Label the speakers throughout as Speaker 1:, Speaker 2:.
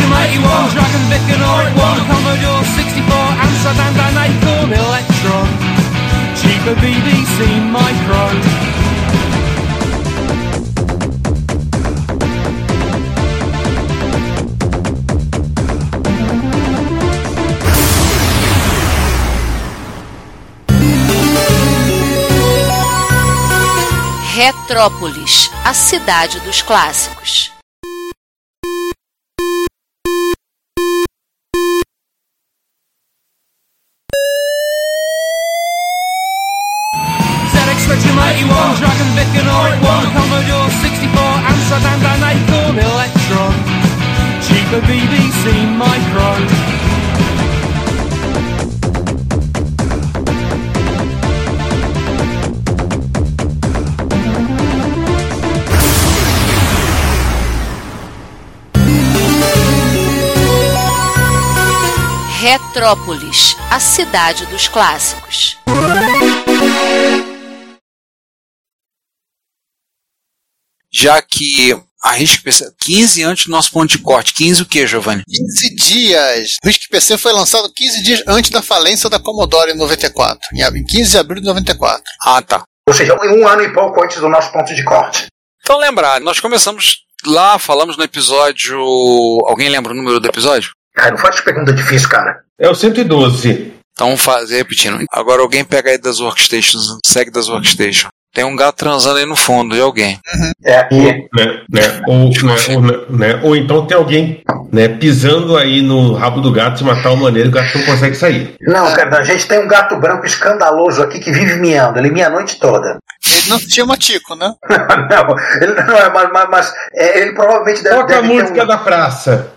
Speaker 1: Spectrum 81, Dragon Vic and all it was, Commodore 64, Amsterdam and Acorn Electron, cheaper BBC Micro.
Speaker 2: Retrópolis, a cidade dos clássicos.
Speaker 1: ZX Spectrum 81, Dragon Vic and all it was, Commodore 64, Amsterdam and Acorn Electron, cheaper BBC Micro.
Speaker 2: Retrópolis, a cidade dos clássicos.
Speaker 3: Já que a RISC PC 15 antes do nosso ponto de corte. 15 o que, Giovanni?
Speaker 4: 15 dias. O RISC PC foi lançado 15 dias antes da falência da Commodore em 94. Em 15 de abril de 94.
Speaker 3: Ah, tá.
Speaker 5: Ou seja, 1 ano e pouco antes do nosso ponto de corte.
Speaker 3: Então lembrar, nós começamos lá, falamos no episódio... Alguém lembra o número do episódio?
Speaker 5: Cara, não faz pergunta difícil, cara.
Speaker 6: É o 112.
Speaker 3: Então vamos fazer repetindo. Agora alguém pega aí das workstations, segue das workstations. Tem um gato transando aí no fundo de alguém.
Speaker 5: Uhum. É aqui.
Speaker 6: Ou então tem alguém, né, pisando aí no rabo do gato de uma tal maneira que o gato não consegue sair.
Speaker 5: Não, cara, a gente tem um gato branco escandaloso aqui que vive miando. Ele mia a noite toda.
Speaker 4: Ele não se chama Tico, né?
Speaker 5: Não, ele não é, mas ele provavelmente deve...
Speaker 6: Toca a música da praça.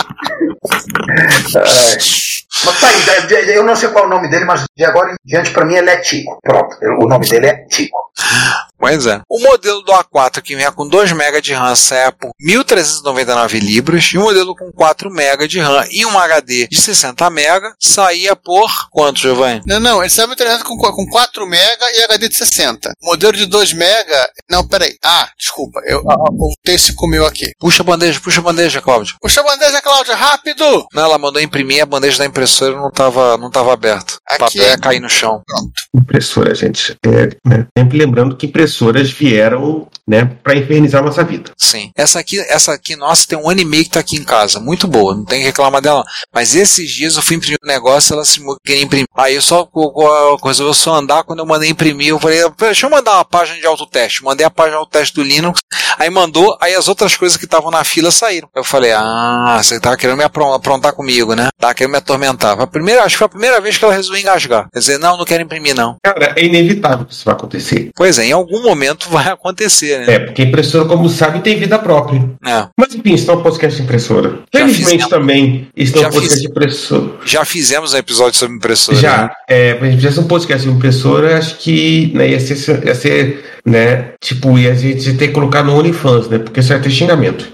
Speaker 5: Mas tá aí, eu não sei qual é o nome dele, mas de agora em diante pra mim ele é Tico. Pronto, o nome dele é Tico.
Speaker 3: Pois é. O modelo do A4 que vinha com 2 MB de RAM saia por 1.399 libras e o modelo com 4 MB de RAM e um HD de 60 MB saía por quanto, Giovanni?
Speaker 4: Não, ele saiu com 4 MB e HD de 60. O modelo de 2 MB... Não, peraí. Desculpa. O texto comeu aqui.
Speaker 3: Puxa a bandeja, Cláudio.
Speaker 4: Puxa a bandeja, Cláudio, rápido!
Speaker 3: Não, ela mandou imprimir, a bandeja da impressora não tava aberta. O papel ia cair no chão.
Speaker 4: Pronto.
Speaker 6: Impressora, gente. Sempre lembrando que impressoras vieram, né, para infernizar a nossa vida.
Speaker 3: Sim. Essa aqui, nossa, tem 1 ano e meio que tá aqui em casa. Muito boa, não tem que reclamar dela. Mas esses dias eu fui imprimir um negócio, ela se queria imprimir. Aí eu só resolveu só andar, quando eu mandei imprimir, eu falei, deixa eu mandar uma página de autoteste. Mandei a página de autoteste do Linux, aí mandou, aí as outras coisas que estavam na fila saíram. Eu falei, você tava querendo me aprontar comigo, né? Tava querendo me atormentar. Acho que foi a primeira vez que ela resolveu engasgar. Quer dizer, não quero imprimir, não.
Speaker 6: Cara, é inevitável que isso vai acontecer.
Speaker 3: Pois é, em algum momento vai acontecer, né?
Speaker 6: Porque a impressora, como sabe, tem vida própria.
Speaker 3: Mas
Speaker 6: enfim, isso é um podcast de impressora. Felizmente também, isso é um podcast de impressora.
Speaker 3: Já fizemos um episódio sobre impressora.
Speaker 6: Já.
Speaker 3: Né?
Speaker 6: Se a gente fizesse um podcast sobre impressora, acho que, né, ia ser, né, tipo, ia a gente ter que colocar no OnlyFans, né? Porque isso vai ter xingamento.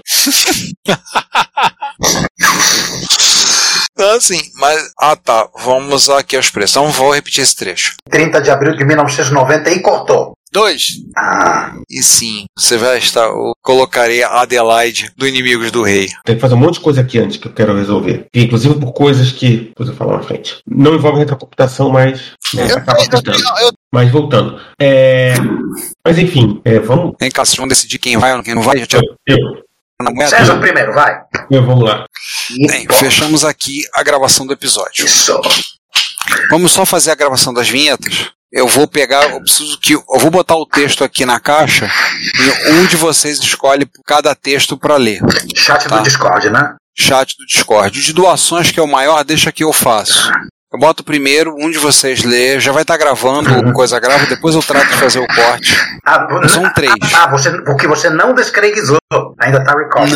Speaker 3: Então, assim, mas... tá, vamos aqui aos preços. Então, vou repetir esse trecho.
Speaker 5: 30 de abril de 1990 e cortou.
Speaker 4: 2.
Speaker 3: E sim, você vai estar... Eu colocarei a Adelaide do Inimigos do Rei.
Speaker 6: Tem que fazer um monte de coisa aqui antes que eu quero resolver. Inclusive por coisas que... Depois eu falo na frente. Não envolve retrocomputação, mas... acaba afetando. Mas voltando. Mas enfim, vamos...
Speaker 3: Vem cá, vocês vão decidir quem vai ou quem não vai?
Speaker 5: César primeiro, vai.
Speaker 6: Vamos lá.
Speaker 3: Bem, fechamos aqui a gravação do episódio.
Speaker 5: Isso.
Speaker 3: Vamos só fazer a gravação das vinhetas? Eu vou pegar, eu vou botar o texto aqui na caixa e um de vocês escolhe cada texto para ler.
Speaker 5: Chat do Discord, né?
Speaker 3: Chat do Discord. O de doações, que é o maior, deixa que eu faço. Eu boto primeiro, um de vocês lê, já vai estar gravando, coisa grava, depois eu trato de fazer o corte. São 3.
Speaker 5: Porque você não descreguizou. Ainda está recording.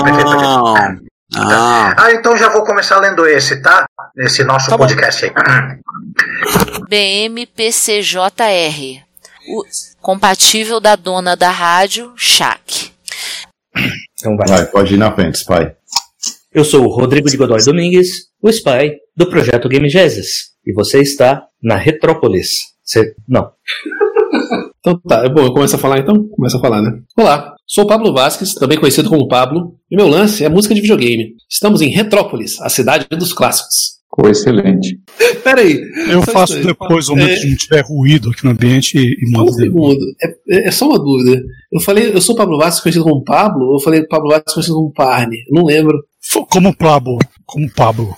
Speaker 5: Então já vou começar lendo esse, tá? Esse nosso podcast aí.
Speaker 2: BMPCJR. Compatível da dona da rádio, Shaq.
Speaker 7: Então vai, pode ir na frente, Spy.
Speaker 8: Eu sou o Rodrigo de Godoy Domingues, o Spy do projeto Game Jesus. E você está na Retrópolis. Não.
Speaker 7: Então tá, é bom, eu começo a falar então? Começo a falar, né? Olá,
Speaker 9: Sou Pablo Vasques, também conhecido como Pablo, e meu lance é música de videogame. Estamos em Retrópolis, a cidade dos clássicos.
Speaker 10: Excelente.
Speaker 9: Peraí.
Speaker 11: Eu faço depois, no momento que não tiver ruído aqui no ambiente, e mando.
Speaker 9: Um segundo. É só uma dúvida. Eu sou Pablo Vasques, conhecido como Pablo, ou eu falei Pablo Vasques, conhecido como Parne? Eu não lembro.
Speaker 11: Como Pablo. Pablo.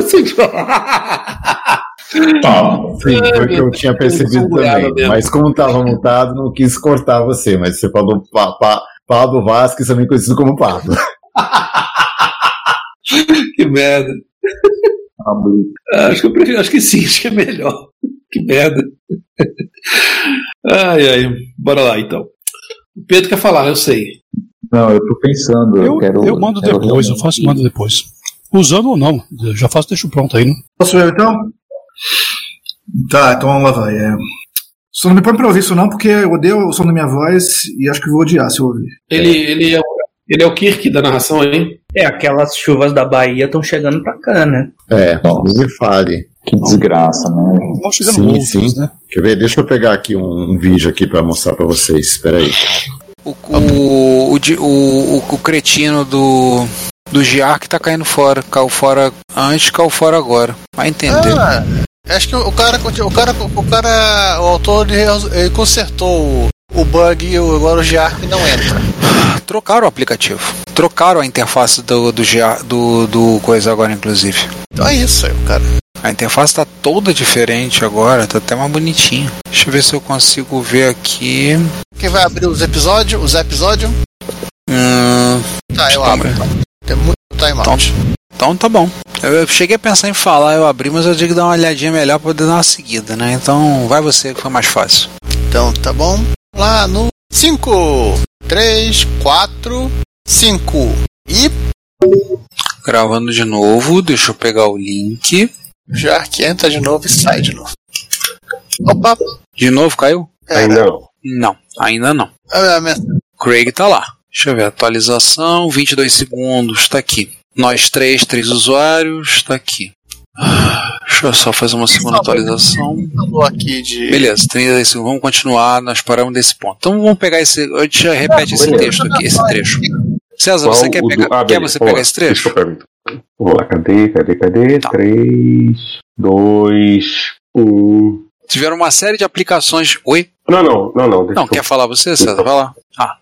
Speaker 7: Sim, foi o que eu tinha percebido também. Mas como estava mutado, não quis cortar você. Mas você falou Pablo Vasques, também conhecido como Pablo.
Speaker 9: Que merda. Acho que eu prefiro, acho que sim, acho que é melhor. Que merda. Ai, bora lá então. O Pedro quer falar, eu sei.
Speaker 10: Não, eu tô pensando.
Speaker 11: Eu mando depois, mando depois. Usando ou não, já faço, deixo pronto aí, né?
Speaker 12: Posso eu então? Tá, então vamos lá, vai. Só não me põe pra ouvir isso não, porque eu odeio o som da minha voz e acho que vou odiar se eu ouvir.
Speaker 9: Ele é o Kirk da narração, hein?
Speaker 8: Aquelas chuvas da Bahia estão chegando pra cá, né?
Speaker 7: Não me fale.
Speaker 10: Que desgraça, né?
Speaker 7: Sim. Né? Quer ver? Deixa eu pegar aqui um vídeo aqui pra mostrar pra vocês. Espera aí.
Speaker 3: O cretino do Giar que tá caindo fora. Caiu fora antes, caiu fora agora. Vai entender.
Speaker 4: Acho que o autor ele consertou o bug e agora o Giar que não entra.
Speaker 3: Trocaram o aplicativo. Trocaram a interface do coisa agora, inclusive.
Speaker 4: Então é isso aí, cara.
Speaker 3: A interface tá toda diferente agora, tá até mais bonitinha. Deixa eu ver se eu consigo ver aqui.
Speaker 4: Quem vai abrir os episódios? Tá, eu abro. Tem muito timeout.
Speaker 3: Então tá bom. Eu cheguei a pensar em falar, eu abri, mas eu digo dar uma olhadinha melhor pra poder dar uma seguida, né? Então vai você que foi mais fácil.
Speaker 4: Então tá bom. Lá no 5, 3, 4, 5 e...
Speaker 3: Gravando de novo, deixa eu pegar o link.
Speaker 4: Já que entra de novo e sai de novo. Opa!
Speaker 3: De novo caiu?
Speaker 6: Ainda não.
Speaker 3: Não, ainda não. Craig tá lá. Deixa eu ver, atualização, 22 segundos, tá aqui. Nós três usuários, tá aqui. Deixa eu só fazer uma segunda atualização. Beleza, 30 segundos, vamos continuar, nós paramos desse ponto. Então vamos pegar esse, a gente já repete esse texto aqui, esse trecho. César, você quer pegar, pegar esse trecho?
Speaker 6: Vamos lá, cadê? Tá. 3, 2, 1...
Speaker 3: Tiveram uma série de aplicações... Oi?
Speaker 6: Não,
Speaker 3: quer falar você, César? Vai lá.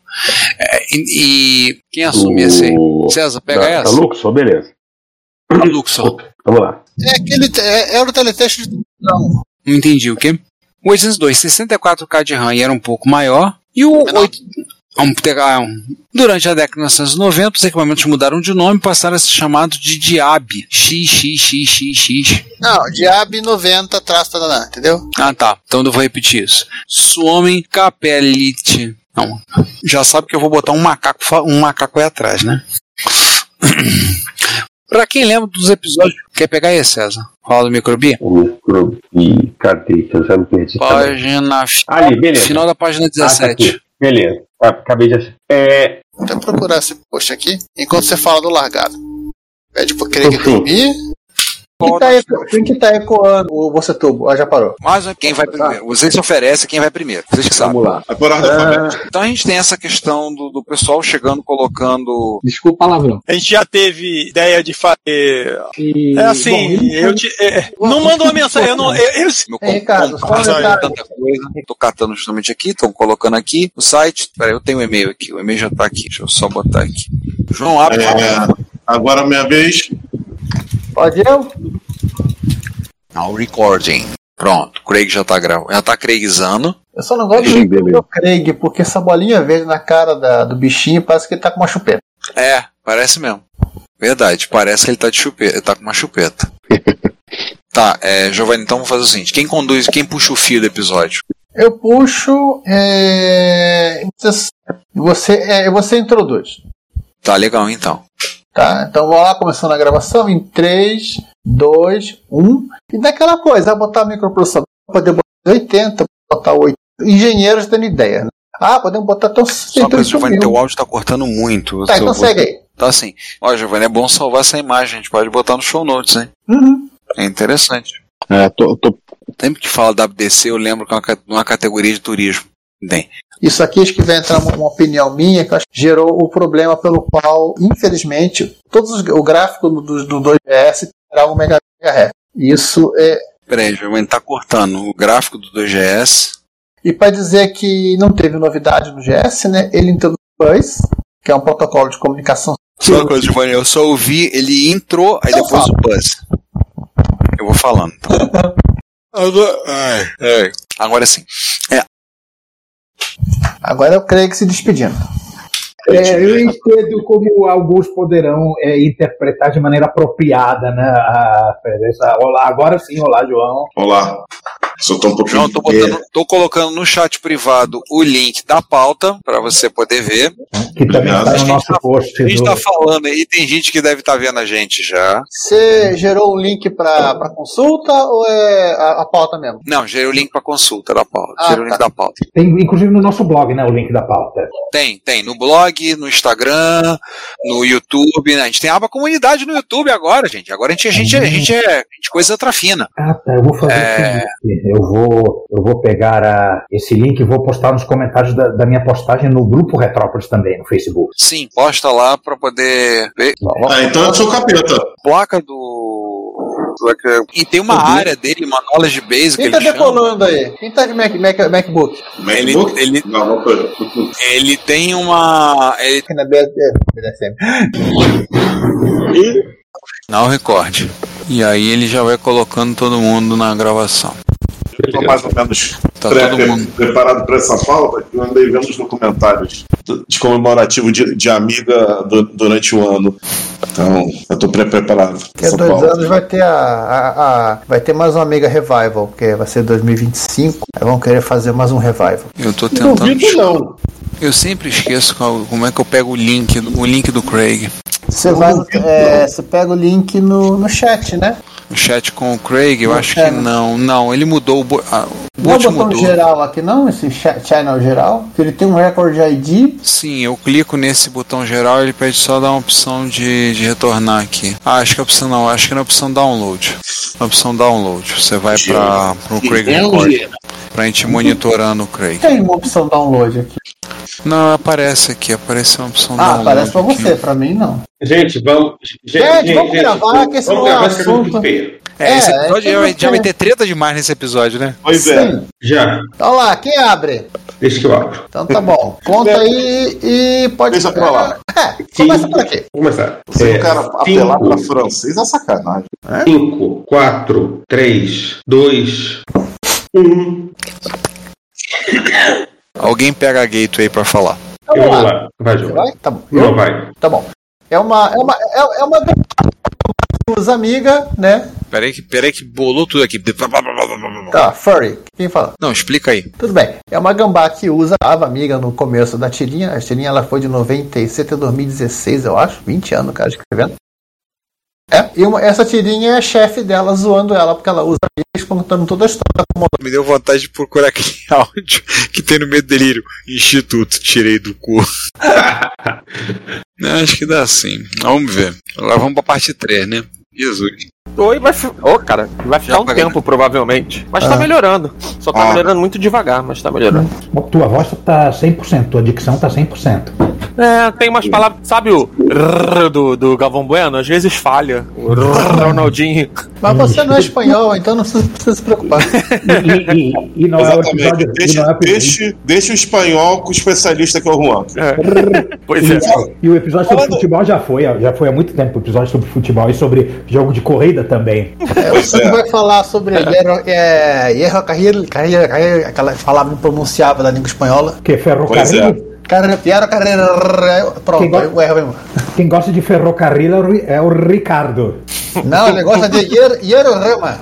Speaker 3: E quem assume esse aí? César, pega essa.
Speaker 6: A Luxor, beleza.
Speaker 3: A Luxor.
Speaker 6: Vamos lá.
Speaker 4: Era o teletexto de...
Speaker 3: Não entendi o quê? O 802, 64K de RAM e era um pouco maior. E o 8... Durante a década de 1990, os equipamentos mudaram de nome e passaram a ser chamados de Diab. XXXXX.
Speaker 4: Não, Diab 90 entendeu?
Speaker 3: Ah, tá. Então eu vou repetir isso. Suomen Capelite. Não. Já sabe que eu vou botar um macaco aí atrás, né? Pra quem lembra dos episódios... Quer pegar aí, César? Fala do Microbi?
Speaker 6: O Microbi, cadê? Eu já me perdi.
Speaker 3: Página...
Speaker 6: Ali, beleza.
Speaker 3: Final da página 17.
Speaker 6: Tá, beleza. Acabei de achar.
Speaker 4: Vou procurar esse post aqui, enquanto você fala do largado. Pede pro Craig dormir.
Speaker 5: Quem que tá ecoando o Você Tubo? Já parou.
Speaker 3: Mas quem vai primeiro? Você se oferece quem vai primeiro. Vocês que sabem.
Speaker 7: Vamos lá.
Speaker 3: Então a gente tem essa questão do pessoal chegando, colocando...
Speaker 5: Desculpa o palavrão.
Speaker 13: A gente já teve ideia de fazer... não manda uma mensagem.
Speaker 3: Ricardo, tanta coisa. Tô catando justamente aqui, tô colocando aqui o site. Peraí, eu tenho o e-mail aqui. O e-mail já tá aqui. Deixa eu só botar aqui. João, abre.
Speaker 14: Agora a minha vez.
Speaker 5: Pode eu?
Speaker 3: Now recording. Pronto, Craig já tá gravando. Já tá Craigzando.
Speaker 5: Eu só não gosto do Craig, porque essa bolinha verde na cara do bichinho parece que ele tá com uma chupeta.
Speaker 3: Parece mesmo. Verdade, parece que ele tá de chupeta. Ele tá com uma chupeta. Tá, Giovanni, então vamos fazer o seguinte. Quem puxa o fio do episódio?
Speaker 5: Eu puxo. Você introduz.
Speaker 3: Tá legal, então.
Speaker 5: Tá, então vamos lá, começando a gravação em 3, 2, 1. E daquela coisa, vai botar a microprocessador, poder botar 80, botar 8. Engenheiros tendo ideia, né? Podemos botar até
Speaker 3: Só que, Giovanni, teu áudio tá cortando muito.
Speaker 5: Tá, então segue aí.
Speaker 3: Tá assim. Ó, Giovanni, é bom salvar essa imagem, a gente pode botar no show notes, hein?
Speaker 5: Uhum.
Speaker 3: É interessante. Sempre que fala WDC, eu lembro que é uma categoria de turismo. Tem.
Speaker 5: Isso aqui acho que vai entrar uma opinião minha, que eu acho que gerou o problema pelo qual, infelizmente, o gráfico do 2GS terá 1 MHz. Isso é...
Speaker 3: Peraí, Giovanni, tá cortando o gráfico do 2GS.
Speaker 5: E para dizer que não teve novidade no GS, né? Ele introduz o Buzz, que é um protocolo de comunicação.
Speaker 3: Só uma coisa, Giovanni, eu só ouvi, ele entrou, aí depois o Buzz. Eu vou falando. Então. Agora sim.
Speaker 5: Agora é o Craig se despedindo.
Speaker 15: Eu entendo como alguns poderão interpretar de maneira apropriada, né, a presença. Olá, agora sim, olá, João.
Speaker 14: Olá. Só tô um pouquinho.
Speaker 3: João, tô colocando no chat privado o link da pauta para você poder ver.
Speaker 15: Que também está no nosso post.
Speaker 3: A gente está falando aí, tem gente que deve estar vendo a gente já.
Speaker 5: Você gerou o link para consulta ou é a pauta mesmo?
Speaker 3: Não, gerei o link para consulta da pauta. Gerei o link da pauta.
Speaker 15: Tem inclusive no nosso blog, né, o link da pauta.
Speaker 3: Tem no blog, no Instagram, no YouTube, né? A gente tem a aba comunidade no YouTube agora, gente. Agora a gente é coisa trafina.
Speaker 15: Ah, tá, eu vou fazer o seguinte. Eu vou pegar esse link e vou postar nos comentários da minha postagem no grupo Retrópolis também, no Facebook.
Speaker 3: Sim, posta lá pra poder ver.
Speaker 14: Então eu sou capeta.
Speaker 3: Placa e tem uma área dele, uma knowledge base.
Speaker 5: Quem tá decolando aí? Quem tá de MacBook?
Speaker 3: Ele tem uma... Não recorde. E aí ele já vai colocando todo mundo na gravação.
Speaker 14: Estou mais ou menos
Speaker 3: todo mundo
Speaker 14: preparado para essa pauta. Eu andei vendo os documentários de comemorativo de Amiga durante o ano. Então, eu estou preparado.
Speaker 5: Daqui a 2 anos vai ter vai ter mais uma Amiga Revival, que vai ser 2025. Aí vão querer fazer mais um Revival.
Speaker 3: Eu tô tentando. Não. Eu sempre esqueço como é que eu pego o link do Craig.
Speaker 5: Você pega o link no chat, né?
Speaker 3: No chat com o Craig, eu acho que não. Não, ele mudou o
Speaker 5: não é o botão geral aqui não? Esse channel geral? Ele tem um record ID?
Speaker 3: Sim, eu clico nesse botão geral e ele pede só dar uma opção de retornar aqui. Acho que a opção não, acho que na opção download. Na opção download, você vai para o Craig Record. Pra gente monitorando o Craig.
Speaker 5: Tem uma opção download aqui.
Speaker 3: Não, aparece uma opção download.
Speaker 5: Aparece pra você, pra mim não.
Speaker 6: Gente, vamos
Speaker 5: gravar, que esse não é o assunto.
Speaker 3: Esse episódio já vai ter treta demais nesse episódio, né?
Speaker 14: Pois é.
Speaker 6: Já.
Speaker 5: Então lá, quem abre?
Speaker 6: Deixa que eu abro.
Speaker 5: Então tá bom. Conta aí e pode...
Speaker 14: Deixa pra lá.
Speaker 5: Começa por aqui.
Speaker 6: Vou começar.
Speaker 14: Se o cara apelar pra francês é sacanagem.
Speaker 6: 5, 4, 3, 2, 1.
Speaker 3: Alguém pega a gateway pra falar.
Speaker 6: Eu vou lá. Vai, João.
Speaker 5: Vai? Tá bom.
Speaker 6: Não, vai.
Speaker 5: Tá bom. É uma amiga, né?
Speaker 3: Peraí que bolou tudo aqui.
Speaker 5: Tá, furry. Quem fala?
Speaker 3: Não, explica aí.
Speaker 5: Tudo bem. É uma gambá que usava amiga no começo da tirinha. A tirinha ela foi de 97 a 2016, eu acho. 20 anos, cara, escrevendo. Essa tirinha é a chefe dela zoando ela, porque ela usa amigos contando toda a história.
Speaker 3: Me deu vontade de procurar aquele áudio que tem no Medo Delírio. Instituto, tirei do cu. Acho que dá sim. Vamos ver. Agora vamos pra parte 3, né? Jesus.
Speaker 16: Cara, vai ficar um tempo, provavelmente. Mas tá melhorando. Só tá melhorando muito devagar, mas tá melhorando.
Speaker 15: Tua voz tá 100%, tua dicção tá 100%.
Speaker 16: Tem umas palavras, sabe o do Galvão Bueno? Às vezes falha. O Ronaldinho.
Speaker 5: Mas você não é espanhol, então não precisa se preocupar.
Speaker 15: E não
Speaker 14: exatamente. Deixa o espanhol com o especialista que é o Juan.
Speaker 16: Pois é.
Speaker 15: E o episódio sobre futebol já foi há muito tempo. O episódio sobre futebol e sobre jogo de corrida também.
Speaker 5: Você vai falar sobre Hierro Carril, aquela palavra impronunciável da língua espanhola.
Speaker 15: Que é ferrocarril.
Speaker 5: Pronto, o erro mesmo.
Speaker 15: Quem gosta de ferrocarril é o Ricardo.
Speaker 5: Não, ele gosta de Hierro Rama.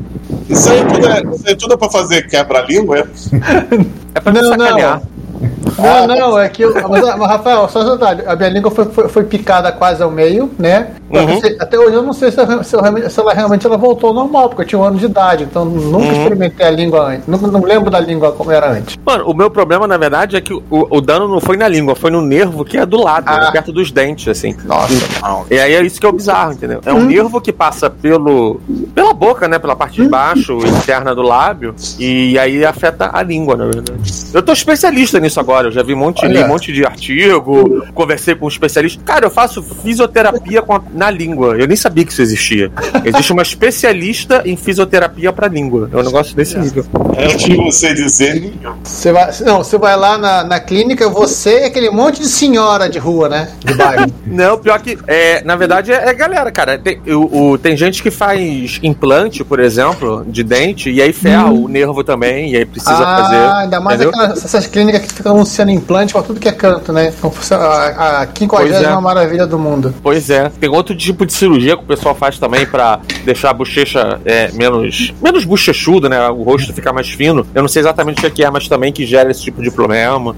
Speaker 14: Isso aí tudo é pra fazer quebra-língua, é?
Speaker 16: É pra me sacanear.
Speaker 5: Não, é que mas, Rafael, só verdade, a minha língua foi picada quase ao meio, né? Até hoje eu não sei se ela realmente voltou ao normal, porque eu tinha 1 ano de idade, então nunca experimentei a língua antes. Não lembro da língua como era antes.
Speaker 16: Mano, o meu problema, na verdade, é que o dano não foi na língua, foi no nervo que é do lado, né, perto dos dentes, assim.
Speaker 5: Nossa,
Speaker 16: e aí é isso que é o bizarro, entendeu? É um nervo que passa pela boca, né? Pela parte de baixo, interna do lábio, e aí afeta a língua, na verdade. Eu tô especialista nisso agora, eu já vi li um monte de artigo, conversei com um especialista. Cara, eu faço fisioterapia na língua. Eu nem sabia que isso existia. Existe uma especialista em fisioterapia pra língua. É um negócio desse nível.
Speaker 14: Antes de você dizer,
Speaker 5: você vai lá na clínica, você é aquele monte de senhora de rua, né? De bairro.
Speaker 16: Não, pior que, na verdade, é galera, cara. Tem gente que faz implante, por exemplo, de dente, e aí ferra o nervo também, e aí precisa fazer.
Speaker 5: Ainda mais essas clínicas que ficam anunciando implante pra tudo que é canto, né? A 50ª maravilha do mundo.
Speaker 16: Pois é. Tem outro tipo de cirurgia que o pessoal faz também pra deixar a bochecha menos bochechuda, né? O rosto ficar mais fino. Eu não sei exatamente o que é, mas também que gera esse tipo de problema.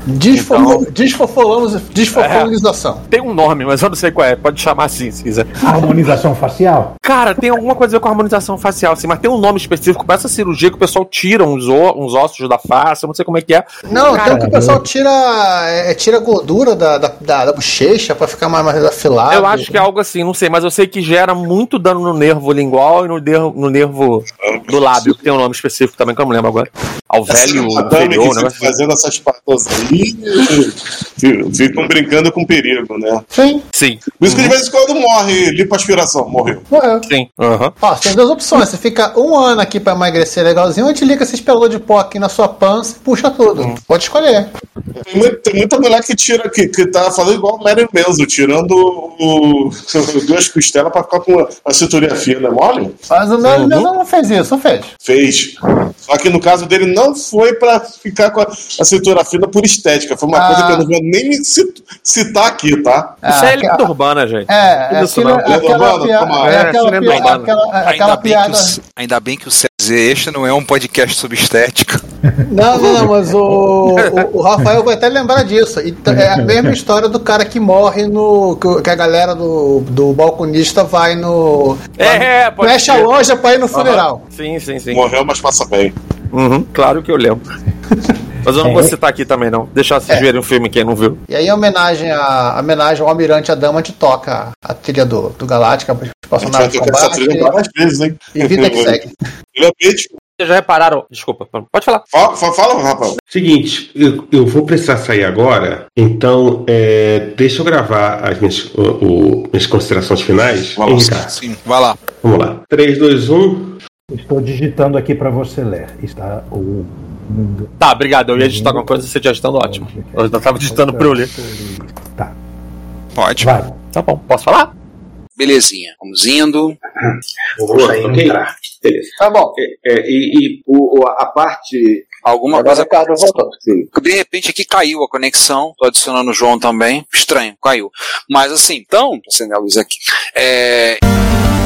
Speaker 5: Desfofolização.
Speaker 16: Tem um nome, mas eu não sei qual é. Pode chamar assim, se quiser.
Speaker 15: Harmonização facial?
Speaker 16: Cara, tem alguma coisa a ver com harmonização facial, assim, mas tem um nome específico pra essa cirurgia que o pessoal tira uns ossos da face, eu não sei como é que é.
Speaker 5: Não, cara, tem o que o pessoal tira gordura da bochecha pra ficar mais afilado.
Speaker 16: Eu acho que é algo assim, não sei, mas eu sei que gera muito dano no nervo lingual e no nervo do lábio, que tem um nome específico também, que eu não lembro agora. Alvéoleo inferior, né?
Speaker 14: Fazendo essas patas aí, ficam brincando com perigo, né?
Speaker 16: Sim.
Speaker 14: Por isso que de vez em quando morre, lipoaspiração, morreu.
Speaker 16: Sim.
Speaker 5: Ó, tem 2 opções, você fica 1 ano aqui pra emagrecer legalzinho, ou te liga esses pelos de pó aqui na sua pança e puxa tudo. Pode escolher.
Speaker 14: Tem muita mulher que tá falando igual o Mary Manson, tirando 2 costelas pra ficar com a cinturinha fina, mole?
Speaker 5: Mas o meu não fez isso, não fez?
Speaker 14: Fez. Só que no caso dele não foi pra ficar com a cintura fina por estética, foi uma coisa que eu não vou nem me citar aqui, tá?
Speaker 16: Isso é lenda urbana, gente.
Speaker 5: Aquela piada.
Speaker 3: Ainda bem que o este não é um podcast sobre estética.
Speaker 5: Não, mas o Rafael vai até lembrar disso. É a mesma história do cara que morre que a galera do balconista vai fecha a loja pra ir no funeral.
Speaker 16: Sim.
Speaker 14: Morreu, mas passa bem.
Speaker 16: Claro que eu lembro. Mas eu não vou citar aqui também, não. Deixar vocês verem um filme, quem não viu.
Speaker 5: E aí, em homenagem ao Almirante Adama, toca a trilha do Galáctica, os personagens de combate.
Speaker 14: Essa trilha várias vezes, hein?
Speaker 5: E vida que segue.
Speaker 16: Vocês já repararam? Desculpa, pode falar.
Speaker 14: Fala, Rafael.
Speaker 6: Seguinte, eu vou precisar sair agora, então deixa eu gravar as minhas considerações finais.
Speaker 3: Sim, vai lá.
Speaker 6: Vamos lá. 3, 2, 1.
Speaker 15: Estou digitando aqui para você ler. Está o mundo.
Speaker 16: Tá, obrigado. Eu ia digitar alguma coisa, você digitando, ótimo. Eu já estava digitando para eu ler.
Speaker 15: Tá.
Speaker 3: Ótimo.
Speaker 15: Vai.
Speaker 16: Tá bom, posso falar?
Speaker 3: Belezinha, vamos indo.
Speaker 7: Vou sair e entrar.
Speaker 3: Beleza.
Speaker 5: Tá bom.
Speaker 7: A parte.
Speaker 3: Alguma coisa. De repente aqui caiu a conexão. Tô adicionando o João também. Estranho, caiu. Mas assim, então, acender a luz aqui.